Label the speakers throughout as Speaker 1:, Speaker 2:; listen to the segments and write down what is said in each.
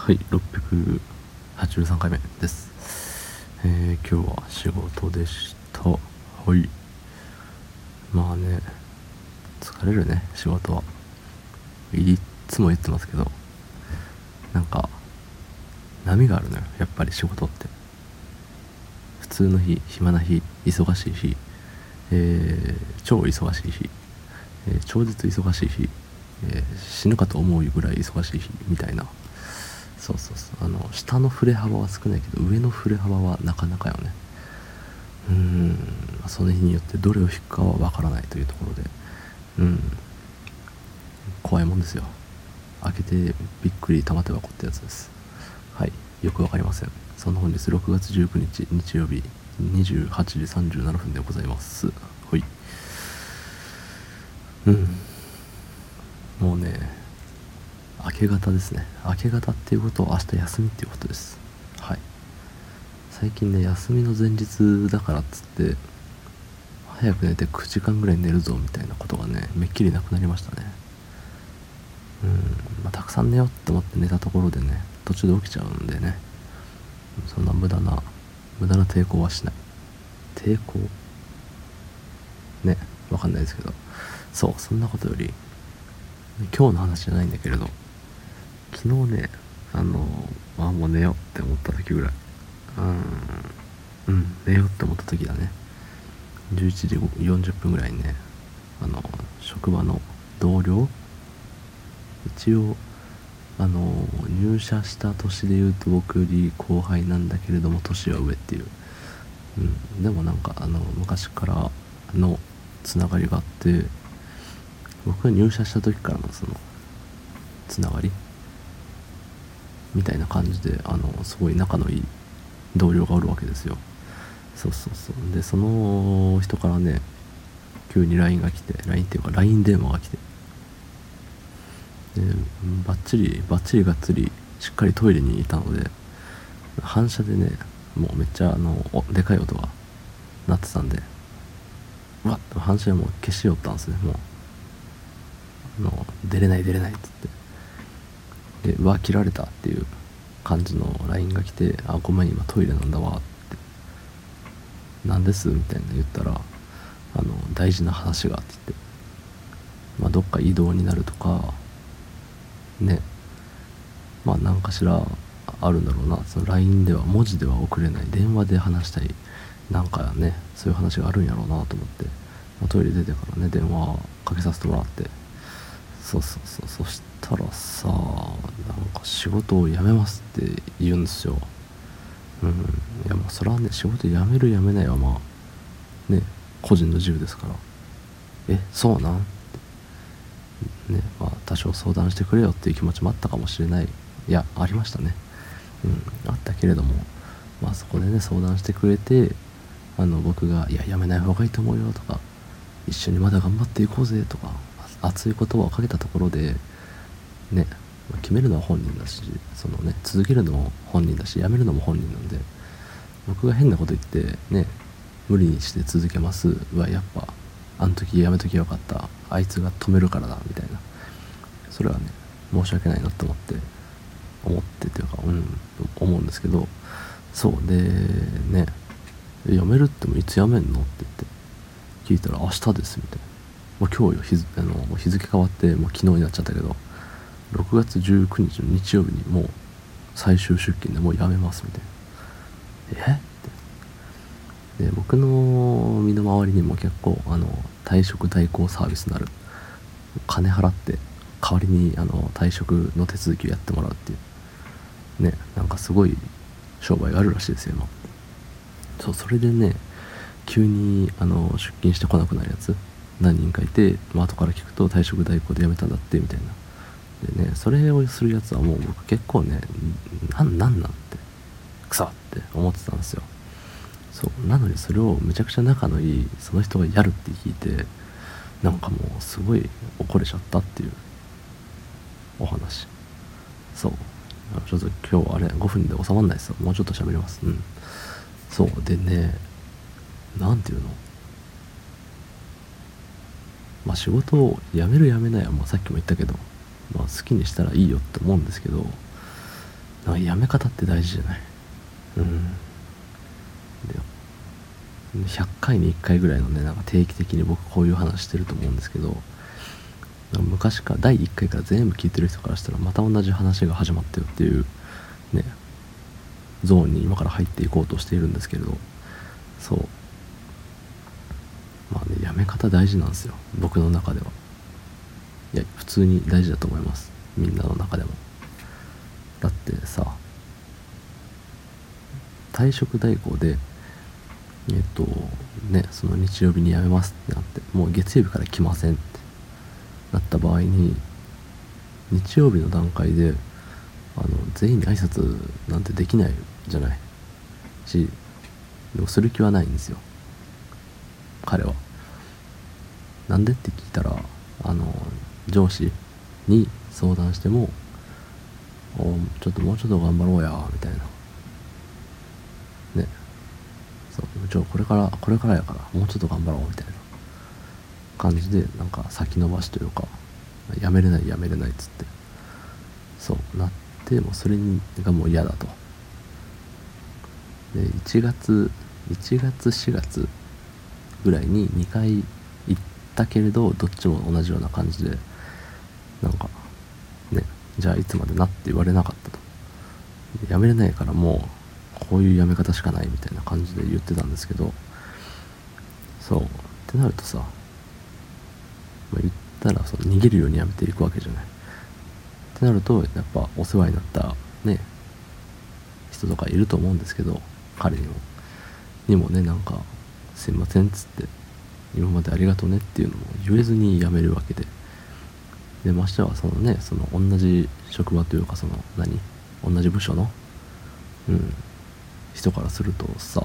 Speaker 1: はい、683回目です。今日は仕事でした。はい。まあね、疲れるね、仕事は。いっつも言ってますけど、なんか、波があるのよ、やっぱり仕事って。普通の日、暇な日、忙しい日、超忙しい日、超絶忙しい日、死ぬかと思うぐらい忙しい日、みたいな。そうそうそう。下の振れ幅は少ないけど、上の振れ幅はなかなかよね。その日によってどれを引くかはわからないというところで、怖いもんですよ。開けてびっくり玉手箱ってやつです。はい、よくわかりません。そんな本日6月19日日曜日28時37分でございます。はい。もうね、明け方ですね。明け方っていうことは明日休みっていうことです。はい。最近ね、休みの前日だからっつって早く寝て9時間ぐらい寝るぞみたいなことがね、めっきりなくなりましたね。たくさん寝ようって思って寝たところでね、途中で起きちゃうんでね、そんな無駄な抵抗はしない。抵抗ね、わかんないですけど、そんなことより今日の話じゃないんだけれど、昨日ね、もう寝ようって思った時ぐらい、寝ようって思った時だね、11時40分ぐらいにね、職場の同僚、一応入社した年でいうと僕より後輩なんだけれども年は上っていう、でもなんか昔からのつながりがあって、僕が入社した時からのそのつながりみたいな感じで、すごい仲のいい同僚がおるわけですよ。そうで、その人からね、急に LINE が来て、 LINE っていうか LINE 電話が来て、でバッチリがっつりしっかりトイレにいたので、反射でね、もうめっちゃでかい音が鳴ってたんで、反射でもう消しよったんですね。もう出れないっつって、で切られたっていう感じの LINE が来て、ごめん今トイレなんだわって、なんですみたいな言ったら、大事な話がって言って、どっか移動になるとかね、何かしらあるんだろうな。その LINE では文字では送れない、電話で話したい、なんかね、そういう話があるんやろうなと思って、トイレ出てからね、電話かけさせてもらって、そしたらさ、なんか仕事を辞めますって言うんですよ。いやもうそれはね、仕事辞める辞めないはね、個人の自由ですから、そうなんね、多少相談してくれよっていう気持ちもあったかもしれない。いや、ありましたね。あったけれども、そこでね、相談してくれて、僕が、いや、やめない方がいいと思うよとか、一緒にまだ頑張っていこうぜとか、熱い言葉をかけたところで、ね、決めるのは本人だし、そのね、続けるのも本人だし、やめるのも本人なんで、僕が変なこと言って、ね、無理にして続けますは、やっぱ、あの時やめときゃよかった、あいつが止めるからだ、みたいな。それはね、申し訳ないなと思ってというか、思うんですけど、そうでね、辞めるってもいつ辞めんのって言って聞いたら、明日ですみたいな。もう今日もう日付変わってもう昨日になっちゃったけど、6月19日の日曜日にもう最終出勤でもう辞めますみたいな。ってで、僕の身の回りにも結構退職代行サービスになる、金払って代わりに退職の手続きをやってもらうっていうね、なんかすごい商売があるらしいですよ今。それでね、急に出勤してこなくなるやつ何人かいて、後から聞くと退職代行で辞めたんだってみたいな。でね、それをするやつはもう僕結構ね、なんってクソって思ってたんですよ。そうなのに、それをめちゃくちゃ仲のいいその人がやるって聞いて、なんかもうすごい怒れちゃったっていうお話。ちょっと今日あれ5分で収まんないですよ。もうちょっと喋ります。そうでね、なんていうの、仕事を辞める辞めないはさっきも言ったけど、好きにしたらいいよって思うんですけど、 なんかやめ方って大事じゃない。で100回に1回ぐらいのね、なんか定期的に僕こういう話してると思うんですけど、昔から第1回から全部聞いてる人からしたらまた同じ話が始まったよっていうね、ゾーンに今から入っていこうとしているんですけれど、そうまあね、やめ方大事なんですよ、僕の中では。いや普通に大事だと思います、みんなの中でも。だってさ、退職代行でその日曜日に辞めますってなって、もう月曜日から来ませんってなった場合に、日曜日の段階で全員に挨拶なんてできないじゃないし、でもする気はないんですよ、彼は。なんでって聞いたら、上司に相談しても、もうちょっと頑張ろうやみたいなね、そうこれからやからもうちょっと頑張ろうみたいな感じで、なんか先延ばしというか、やめれないっつって、そうなって、もうそれがもう嫌だと。で1月4月ぐらいに2回行ったけれど、どっちも同じような感じで、なんかね、じゃあいつまでなって言われなかったと。やめれないからもうこういうやめ方しかないみたいな感じで言ってたんですけど、そうってなるとさ、言ったらその逃げるようにやめていくわけじゃない。ってなるとやっぱお世話になったね人とかいると思うんですけど、彼にもね、なんかすいませんっつって、今までありがとうねっていうのも言えずに辞めるわけで、でましてはそのね、その同じ職場というか、その同じ部署の人からするとさ、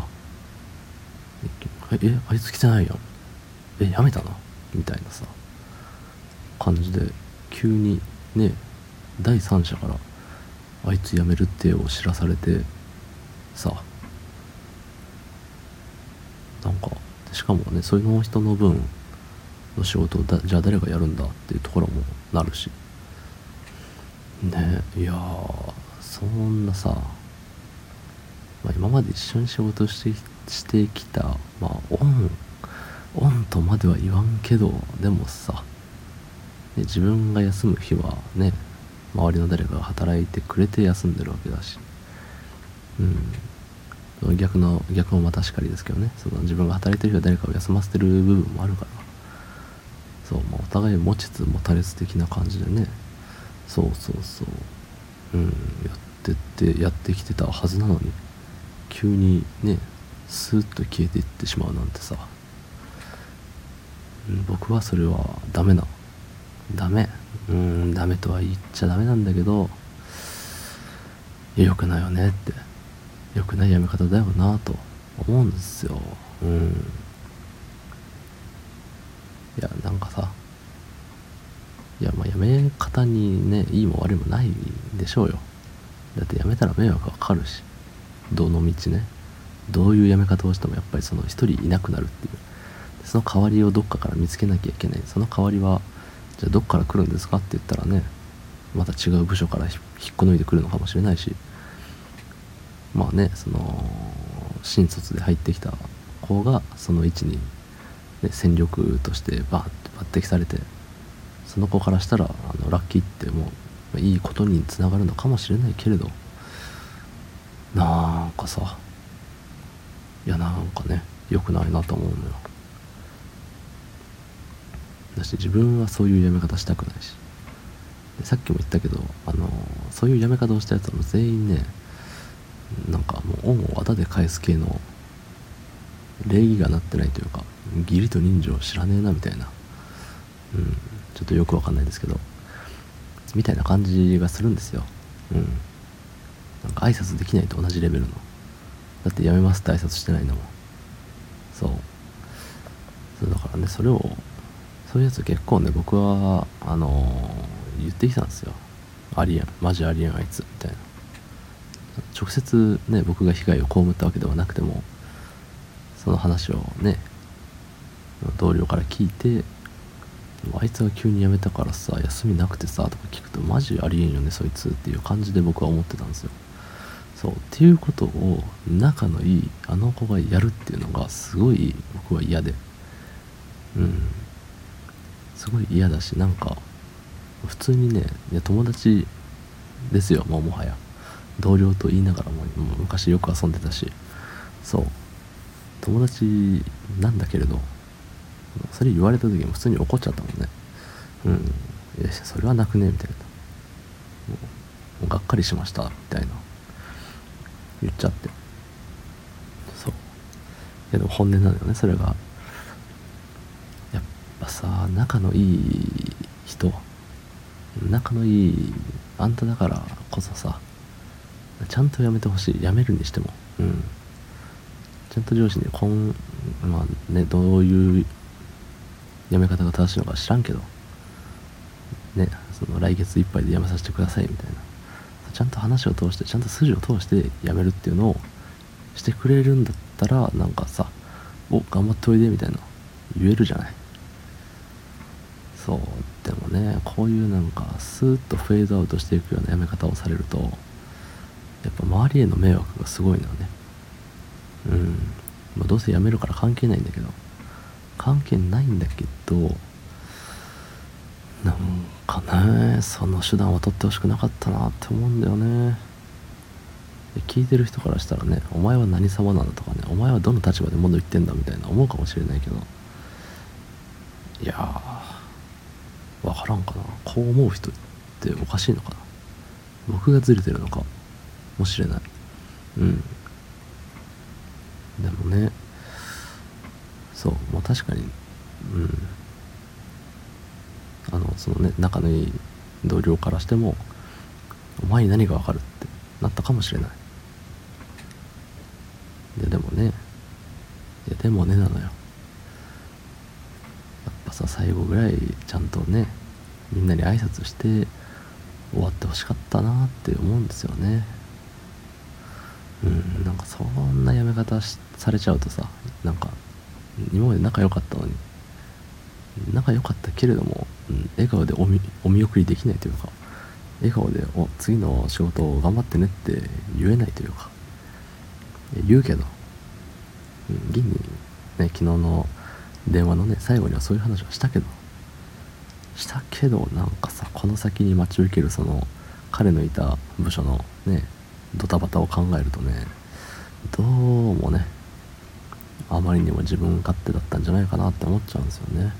Speaker 1: あいつ来てないやん、辞めたなみたいなさ感じで、急にね、第三者からあいつ辞めるってを知らされてさ、なんかしかもね、その人の分の仕事をじゃあ誰がやるんだっていうところもなるしね。いやー、そんなさ、今まで一緒に仕事してきた、オンとまでは言わんけど、でもさ、自分が休む日はね、周りの誰かが働いてくれて休んでるわけだし、逆もまたしかりですけどね、その自分が働いてる日は誰かを休ませてる部分もあるから、そう、お互い持ちつ持たれつ的な感じでね、そう、やってきてたはずなのに、急にねスーッと消えていってしまうなんてさ、僕はそれはダメダメとは言っちゃダメなんだけど、良くないよねって、良くないやめ方だよなと思うんですよ。いやなんかさ、やめ方にね、いいも悪いもないでしょうよ。だってやめたら迷惑がかかるし、どの道ね、どういうやめ方をしてもやっぱりその一人いなくなるっていう、その代わりをどっかから見つけなきゃいけない。その代わりはじゃあどっから来るんですかって言ったらね、また違う部署から引っこ抜いてくるのかもしれないし、その新卒で入ってきた子がその位置に、戦力としてバーッて抜擢されて、その子からしたらラッキーってもういいことにつながるのかもしれないけれど、なんかさ、いやなんかね、良くないなと思うのよ。だし自分はそういうやめ方したくないし、さっきも言ったけど、そういうやめ方をしたやつはもう全員ね、なんかもう恩を仇で返す系の礼儀がなってないというか、義理と人情知らねえなみたいな、ちょっとよくわかんないですけど、みたいな感じがするんですよ。なんか挨拶できないと同じレベルの、だってやめますって挨拶してないんだもん。そうだからね、そういうやつ結構ね、僕は言ってきたんですよ。マジありえんあいつみたいな。直接ね、僕が被害を被ったわけではなくても、その話をね、同僚から聞いて、あいつが急に辞めたからさ、休みなくてさとか聞くと、マジありえんよねそいつっていう感じで僕は思ってたんですよ。 そうっていうことを仲のいいあの子がやるっていうのがすごい僕は嫌で、すごい嫌だし、なんか普通にね、いや友達ですよ、もはや同僚と言いながらも昔よく遊んでたし、そう友達なんだけれど、それ言われた時に普通に怒っちゃったもんね。いやそれはなくねみたいな、もうがっかりしましたみたいな言っちゃって、そういやでも本音なのよね、それが。やっぱさ、仲のいい人、仲のいいあんただからこそさ、ちゃんとやめてほしい。やめるにしても、ちゃんと上司にまあね、どういうやめ方が正しいのか知らんけどね、その来月いっぱいでやめさせてくださいみたいな、ちゃんと話を通して、ちゃんと筋を通してやめるっていうのをしてくれるんだったら、なんかさ、頑張っておいでみたいな言えるじゃない。そうでもね、こういうなんかスーッとフェードアウトしていくようなやめ方をされると、やっぱ周りへの迷惑がすごいのよね。どうせやめるから関係ないんだけど、なんかね、その手段は取ってほしくなかったなって思うんだよね。聞いてる人からしたらね、お前は何様なんだとかね、お前はどの立場で物言ってんだみたいな思うかもしれないけど、いやーわからんかな。こう思う人っておかしいのかな。僕がずれてるのかもしれない。でもね、そう、まあ確かに、そのね、仲のいい同僚からしても、お前に何がわかるってなったかもしれない。でもねなのよ。やっぱさ、最後ぐらいちゃんとね、みんなに挨拶して終わってほしかったなって思うんですよね。なんかそんなやめ方されちゃうとさ、なんか今まで仲良かったのに、仲良かったけれども、笑顔でお見送りできないというか、笑顔で次の仕事を頑張ってねって言えないというか、言うけど、現にね、昨日の電話のね、最後にはそういう話はしたけど、なんかさ、この先に待ち受けるその彼のいた部署のね、ドタバタを考えるとね、どうもね、あまりにも自分勝手だったんじゃないかなって思っちゃうんですよね。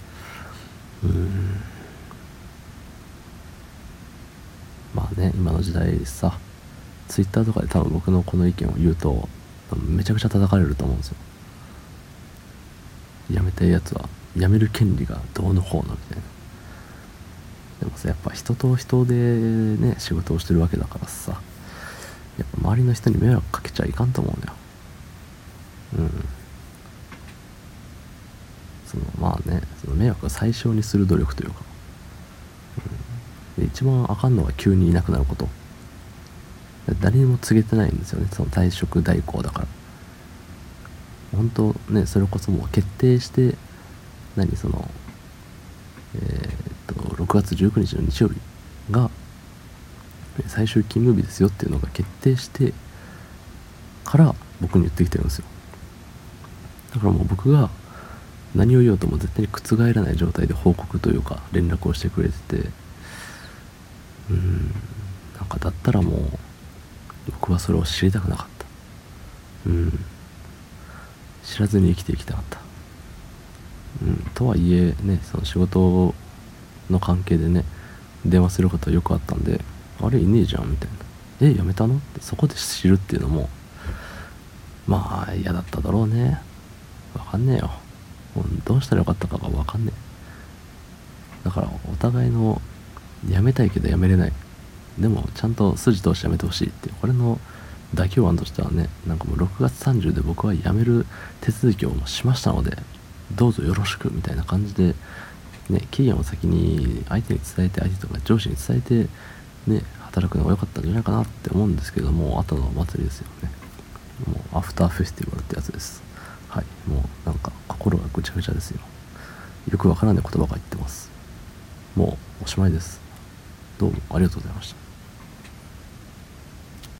Speaker 1: まあね、今の時代さ、ツイッターとかで多分僕のこの意見を言うとめちゃくちゃ叩かれると思うんですよ。辞めたいやつは辞める権利がどうのこうのみたいな。でもさ、やっぱ人と人でね、仕事をしてるわけだからさ、やっぱ周りの人に迷惑かけちゃいかんと思うのよ。まあね、その迷惑を最小にする努力というか、で一番あかんのは急にいなくなること。誰にも告げてないんですよね、その退職代行だから。本当ね、それこそもう決定して、6月19日の日曜日が最終勤務日ですよっていうのが決定してから僕に言ってきてるんですよ。だからもう僕が何を言おうとも絶対に覆らない状態で報告というか連絡をしてくれてて、なんかだったらもう僕はそれを知りたくなかった。知らずに生きていきたかった。とはいえね、その仕事の関係でね、電話することはよくあったんで、あれいねえじゃんみたいな、辞めたのってそこで知るっていうのもまあ嫌だっただろうね。わかんねえよ、どうしたらよかったかがわかんねえ。だからお互いの辞めたいけど辞めれない、でもちゃんと筋通して辞めてほしいっていう、これの妥協案としてはね、なんかもう6月30で僕は辞める手続きをしましたのでどうぞよろしくみたいな感じでね、期限を先に相手に伝えて、相手とか上司に伝えてね、働くのが良かったんじゃないかなって思うんですけども、後のお祭りですよね。もうアフターフェスティバルってやつです。はい、もうなんか心がぐちゃぐちゃですよ。よくわからない言葉が言ってます。もうおしまいです。どうもありがとうございました。